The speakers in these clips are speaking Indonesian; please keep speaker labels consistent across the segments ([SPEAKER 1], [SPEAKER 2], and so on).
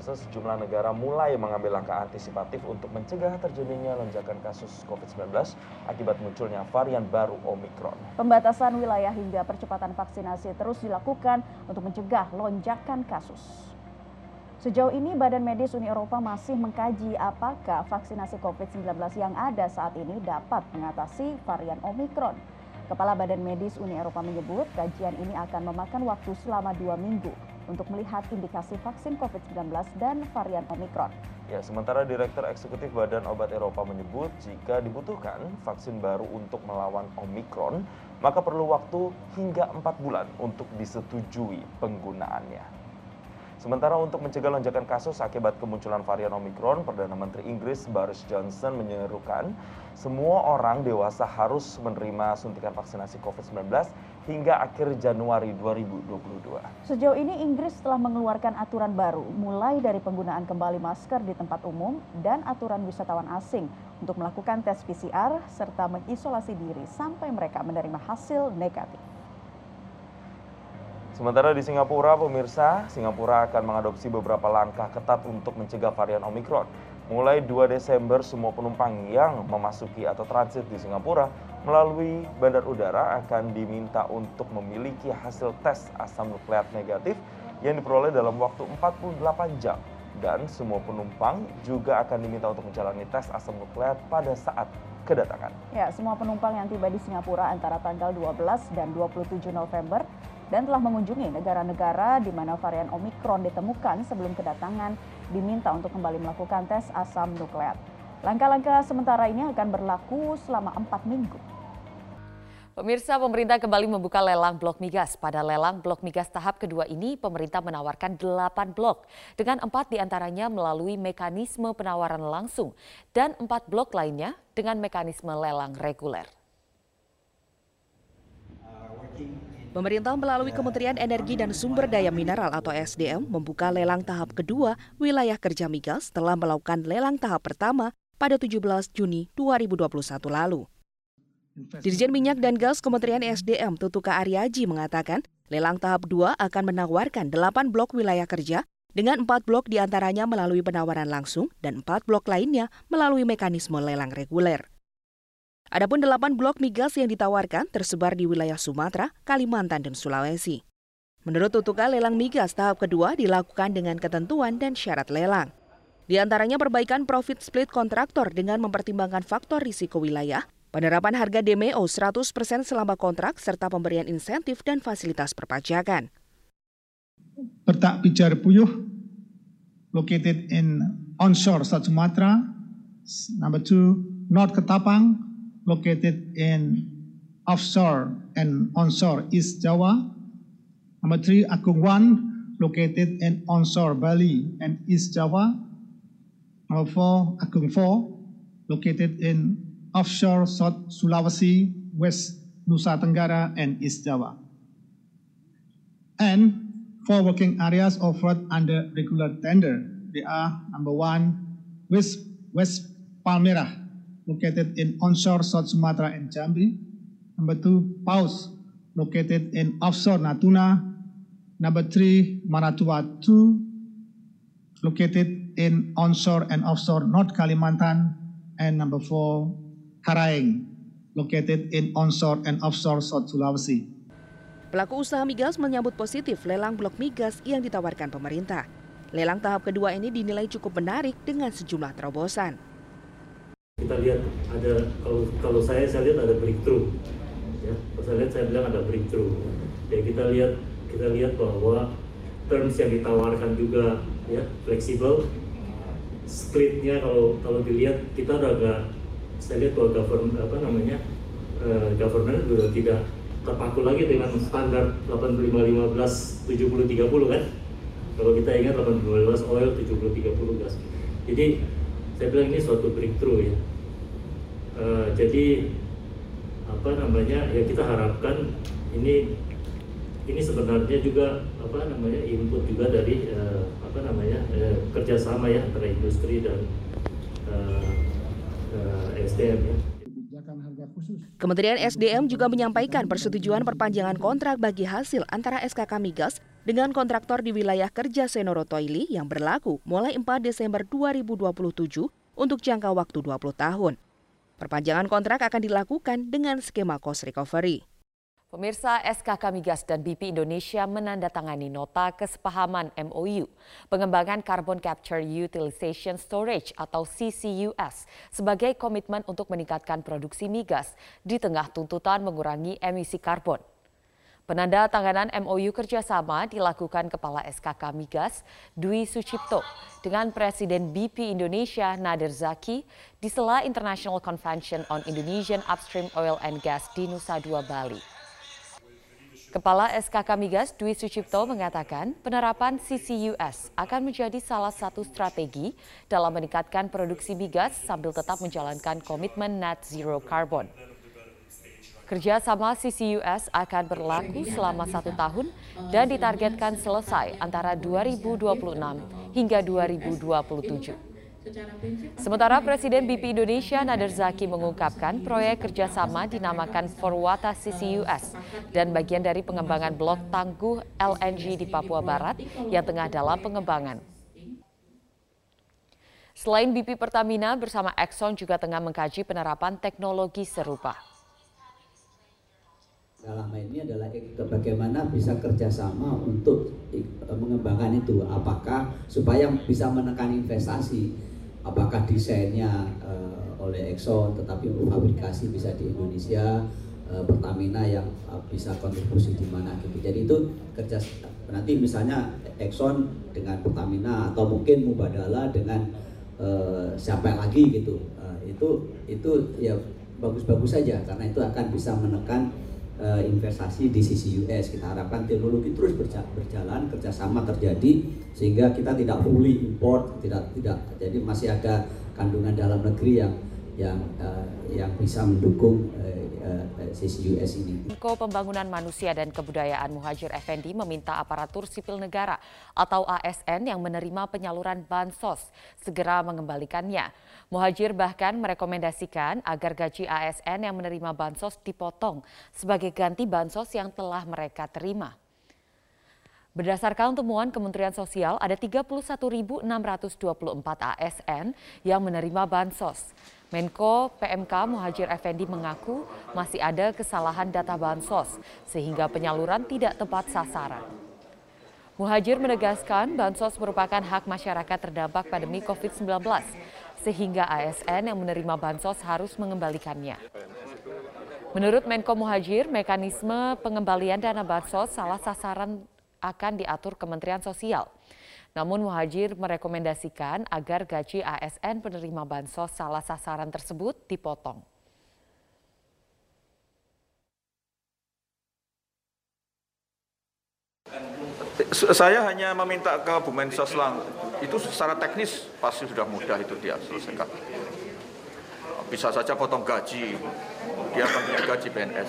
[SPEAKER 1] pemirsa, sejumlah negara mulai mengambil langkah antisipatif untuk mencegah terjadinya lonjakan kasus COVID-19 akibat munculnya varian baru Omikron.
[SPEAKER 2] Pembatasan wilayah hingga percepatan vaksinasi terus dilakukan untuk mencegah lonjakan kasus. Sejauh ini, Badan Medis Uni Eropa masih mengkaji apakah vaksinasi COVID-19 yang ada saat ini dapat mengatasi varian Omikron. Kepala Badan Medis Uni Eropa menyebut kajian ini akan memakan waktu selama 2 minggu untuk melihat indikasi vaksin COVID-19 dan varian Omikron.
[SPEAKER 1] Ya, sementara Direktur Eksekutif Badan Obat Eropa menyebut jika dibutuhkan vaksin baru untuk melawan Omikron, maka perlu waktu hingga 4 bulan untuk disetujui penggunaannya. Sementara untuk mencegah lonjakan kasus akibat kemunculan varian Omikron, Perdana Menteri Inggris Boris Johnson menyerukan semua orang dewasa harus menerima suntikan vaksinasi COVID-19 hingga akhir Januari 2022.
[SPEAKER 2] Sejauh ini Inggris telah mengeluarkan aturan baru mulai dari penggunaan kembali masker di tempat umum dan aturan wisatawan asing untuk melakukan tes PCR serta mengisolasi diri sampai mereka menerima hasil negatif.
[SPEAKER 1] Sementara di Singapura, pemirsa, Singapura akan mengadopsi beberapa langkah ketat untuk mencegah varian Omikron. Mulai 2 Desember, semua penumpang yang memasuki atau transit di Singapura melalui bandar udara akan diminta untuk memiliki hasil tes asam nukleat negatif yang diperoleh dalam waktu 48 jam. Dan semua penumpang juga akan diminta untuk menjalani tes asam nukleat pada saat kedatangan.
[SPEAKER 2] Ya, semua penumpang yang tiba di Singapura antara tanggal 12 dan 27 November dan telah mengunjungi negara-negara di mana varian Omikron ditemukan sebelum kedatangan diminta untuk kembali melakukan tes asam nukleat. Langkah-langkah sementara ini akan berlaku selama 4 minggu.
[SPEAKER 3] Pemirsa, pemerintah kembali membuka lelang blok migas. Pada lelang blok migas tahap kedua ini, pemerintah menawarkan 8 blok, dengan 4 diantaranya melalui mekanisme penawaran langsung dan 4 blok lainnya dengan mekanisme lelang reguler.
[SPEAKER 4] Pemerintah melalui Kementerian Energi dan Sumber Daya Mineral atau SDM membuka lelang tahap kedua wilayah kerja migas setelah melakukan lelang tahap pertama pada 17 Juni 2021 lalu. Dirjen Minyak dan Gas Kementerian SDM Tutuka Aryaji mengatakan lelang tahap 2 akan menawarkan 8 blok wilayah kerja dengan 4 blok diantaranya melalui penawaran langsung dan 4 blok lainnya melalui mekanisme lelang reguler. Adapun 8 blok migas yang ditawarkan tersebar di wilayah Sumatera, Kalimantan, dan Sulawesi. Menurut Tutuka, lelang migas tahap kedua dilakukan dengan ketentuan dan syarat lelang. Di antaranya perbaikan profit split kontraktor dengan mempertimbangkan faktor risiko wilayah, penerapan harga DMO 100% selama kontrak, serta pemberian insentif dan fasilitas perpajakan.
[SPEAKER 5] Petak Pijar Puyuh, located in onshore South Sumatra. Number 2, North Ketapang, located in offshore and onshore East Java. Number 3, Agung 1, located in onshore Bali and East Java. Number 4, Agung 4, located in offshore South Sulawesi, West Nusa Tenggara and East Java. And 4 working areas offered under regular tender. They are number 1, West Palmerah, located in onshore South Sumatra and Jambi. Number 2, Paus, located in offshore Natuna. Number 3, Maratua 2, located in onshore and offshore North Kalimantan. And number 4, Karaeng, located in onshore and offshore South Sulawesi.
[SPEAKER 4] Pelaku usaha migas menyambut positif lelang blok migas yang ditawarkan pemerintah. Lelang tahap kedua ini dinilai cukup menarik dengan sejumlah terobosan.
[SPEAKER 6] Kita lihat ada, kalau saya lihat ada breakthrough, ya. Kalau saya bilang ada breakthrough. Ya, kita lihat bahwa terms yang ditawarkan juga ya fleksibel. Splitnya kalau dilihat kita udah agak, saya lihat bahwa government sudah tidak terpaku lagi dengan standar 85-15 70-30 kan. Kalau kita ingat 85-15 oil, 70-30 gas. Jadi saya bilang ini suatu breakthrough ya. Jadi ya kita harapkan ini sebenarnya juga input juga dari kerjasama ya antara industri dan SDM ya.
[SPEAKER 4] Kementerian SDM juga menyampaikan persetujuan perpanjangan kontrak bagi hasil antara SKK Migas dengan kontraktor di wilayah kerja Senoro Toili yang berlaku mulai 4 Desember 2027 untuk jangka waktu 20 tahun. Perpanjangan kontrak akan dilakukan dengan skema cost recovery.
[SPEAKER 3] Pemirsa, SKK Migas dan BP Indonesia menandatangani nota kesepahaman MOU pengembangan Carbon Capture Utilization Storage atau CCUS sebagai komitmen untuk meningkatkan produksi migas di tengah tuntutan mengurangi emisi karbon. Penandatanganan MOU kerjasama dilakukan Kepala SKK Migas Dwi Sucipto dengan Presiden BP Indonesia Nader Zaki di sela International Convention on Indonesian Upstream Oil and Gas di Nusa Dua, Bali. Kepala SKK Migas Dwi Sucipto mengatakan penerapan CCUS akan menjadi salah satu strategi dalam meningkatkan produksi migas sambil tetap menjalankan komitmen net zero carbon. Kerjasama CCUS akan berlaku selama 1 tahun dan ditargetkan selesai antara 2026 hingga 2027. Sementara Presiden BP Indonesia Nader Zaki mengungkapkan proyek kerjasama dinamakan Forwata CCUS dan bagian dari pengembangan blok tangguh LNG di Papua Barat yang tengah dalam pengembangan. Selain BP Pertamina bersama Exxon juga tengah mengkaji penerapan teknologi serupa.
[SPEAKER 7] Dalam hal ini adalah bagaimana bisa kerjasama untuk mengembangkan itu, apakah supaya bisa menekan investasi. Apakah desainnya oleh Exxon, tetapi untuk fabrikasi bisa di Indonesia, Pertamina yang bisa kontribusi di mana gitu. Jadi itu kerja nanti misalnya Exxon dengan Pertamina atau mungkin Mubadala dengan siapa lagi gitu. Itu ya bagus-bagus saja karena itu akan bisa menekan investasi di CCUS. Kita harapkan teknologi terus berjalan, kerjasama terjadi sehingga kita tidak fully import, tidak jadi masih ada kandungan dalam negeri yang bisa mendukung CCUS ini.
[SPEAKER 3] Menko Pembangunan Manusia dan Kebudayaan Muhadjir Effendi meminta aparatur sipil negara atau ASN yang menerima penyaluran bansos segera mengembalikannya. Muhadjir bahkan merekomendasikan agar gaji ASN yang menerima bansos dipotong sebagai ganti bansos yang telah mereka terima. Berdasarkan temuan Kementerian Sosial, ada 31.624 ASN yang menerima bansos. Menko PMK Muhadjir Effendi mengaku masih ada kesalahan data bansos sehingga penyaluran tidak tepat sasaran. Muhadjir menegaskan bansos merupakan hak masyarakat terdampak pandemi COVID-19 sehingga ASN yang menerima bansos harus mengembalikannya. Menurut Menko Muhadjir, mekanisme pengembalian dana bansos salah sasaran akan diatur Kementerian Sosial. Namun Muhadjir merekomendasikan agar gaji ASN penerima bansos salah sasaran tersebut dipotong.
[SPEAKER 8] Saya hanya meminta ke Bu Mensos itu secara teknis pasti sudah mudah itu dia selesaikan. Bisa saja potong gaji, dia akan punya gaji PNS.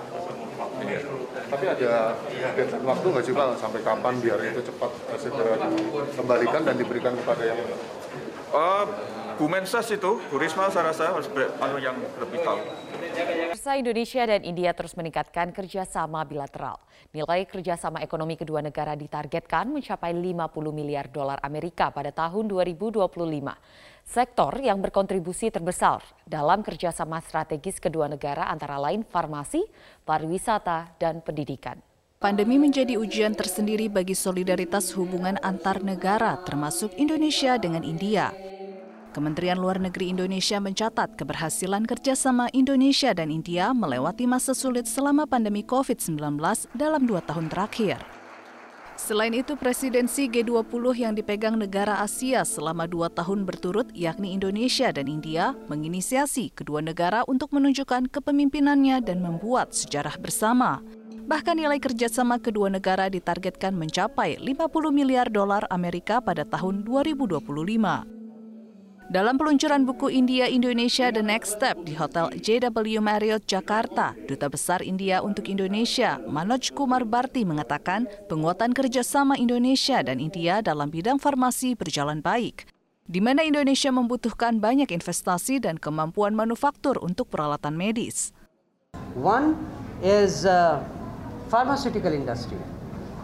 [SPEAKER 9] Tapi ada deadline waktu nggak sih Pak, sampai kapan biar itu cepat segera dikembalikan dan diberikan kepada yang
[SPEAKER 8] Bu Mensos itu, Bu Risma saya rasa harus yang lebih tahu.
[SPEAKER 3] Pemirsa, Indonesia dan India terus meningkatkan kerjasama bilateral. Nilai kerjasama ekonomi kedua negara ditargetkan mencapai 50 miliar dolar Amerika pada tahun 2025. Sektor yang berkontribusi terbesar dalam kerjasama strategis kedua negara antara lain farmasi, pariwisata, dan pendidikan.
[SPEAKER 10] Pandemi menjadi ujian tersendiri bagi solidaritas hubungan antar negara, termasuk Indonesia dengan India. Kementerian Luar Negeri Indonesia mencatat keberhasilan kerjasama Indonesia dan India melewati masa sulit selama pandemi COVID-19 dalam 2 tahun terakhir. Selain itu, presidensi G20 yang dipegang negara Asia selama 2 tahun berturut, yakni Indonesia dan India, menginisiasi kedua negara untuk menunjukkan kepemimpinannya dan membuat sejarah bersama. Bahkan nilai kerjasama kedua negara ditargetkan mencapai 50 miliar dolar Amerika pada tahun 2025. Dalam peluncuran buku India-Indonesia The Next Step di Hotel JW Marriott Jakarta, Duta Besar India untuk Indonesia, Manoj Kumar Bharti mengatakan penguatan kerjasama Indonesia dan India dalam bidang farmasi berjalan baik, di mana Indonesia membutuhkan banyak investasi dan kemampuan manufaktur untuk peralatan medis.
[SPEAKER 11] One is pharmaceutical industry.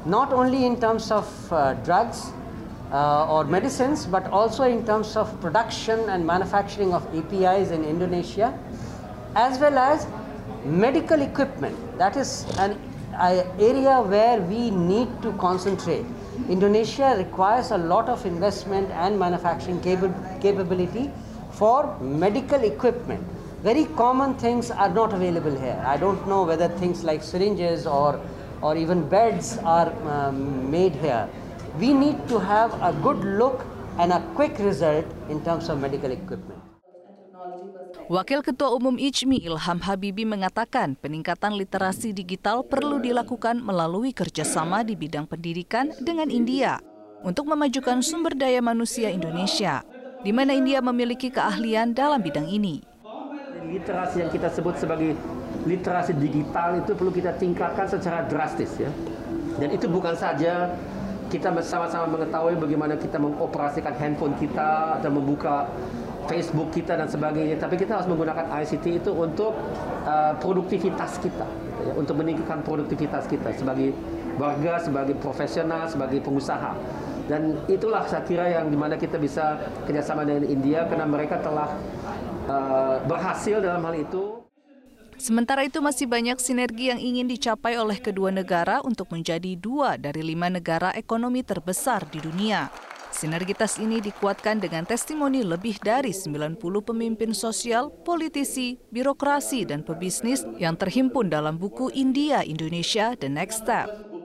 [SPEAKER 11] not only in terms of drugs or medicines, but also in terms of production and manufacturing of APIs in Indonesia, as well as medical equipment. That is an area where we need to concentrate. Indonesia requires a lot of investment and manufacturing capability for medical equipment. Very common things are not available here. I don't know whether things like syringes or even beds are made here. We need to have a good look and a quick result in terms of medical equipment.
[SPEAKER 10] Wakil Ketua Umum IJMI Ilham Habibie mengatakan peningkatan literasi digital perlu dilakukan melalui kerjasama di bidang pendidikan dengan India untuk memajukan sumber daya manusia Indonesia, di mana India memiliki keahlian dalam bidang ini.
[SPEAKER 12] Literasi yang kita sebut sebagai literasi digital itu perlu kita tingkatkan secara drastis, ya. Dan itu bukan saja kita sama-sama mengetahui bagaimana kita mengoperasikan handphone kita atau membuka Facebook kita dan sebagainya, tapi kita harus menggunakan ICT itu untuk produktivitas kita, ya, untuk meningkatkan produktivitas kita sebagai warga, sebagai profesional, sebagai pengusaha. Dan itulah saya kira yang dimana kita bisa kerjasama dengan India karena mereka telah berhasil dalam hal itu.
[SPEAKER 10] Sementara itu masih banyak sinergi yang ingin dicapai oleh kedua negara untuk menjadi 2 dari 5 negara ekonomi terbesar di dunia. Sinergitas ini dikuatkan dengan testimoni lebih dari 90 pemimpin sosial, politisi, birokrasi, dan pebisnis yang terhimpun dalam buku India Indonesia The Next Step.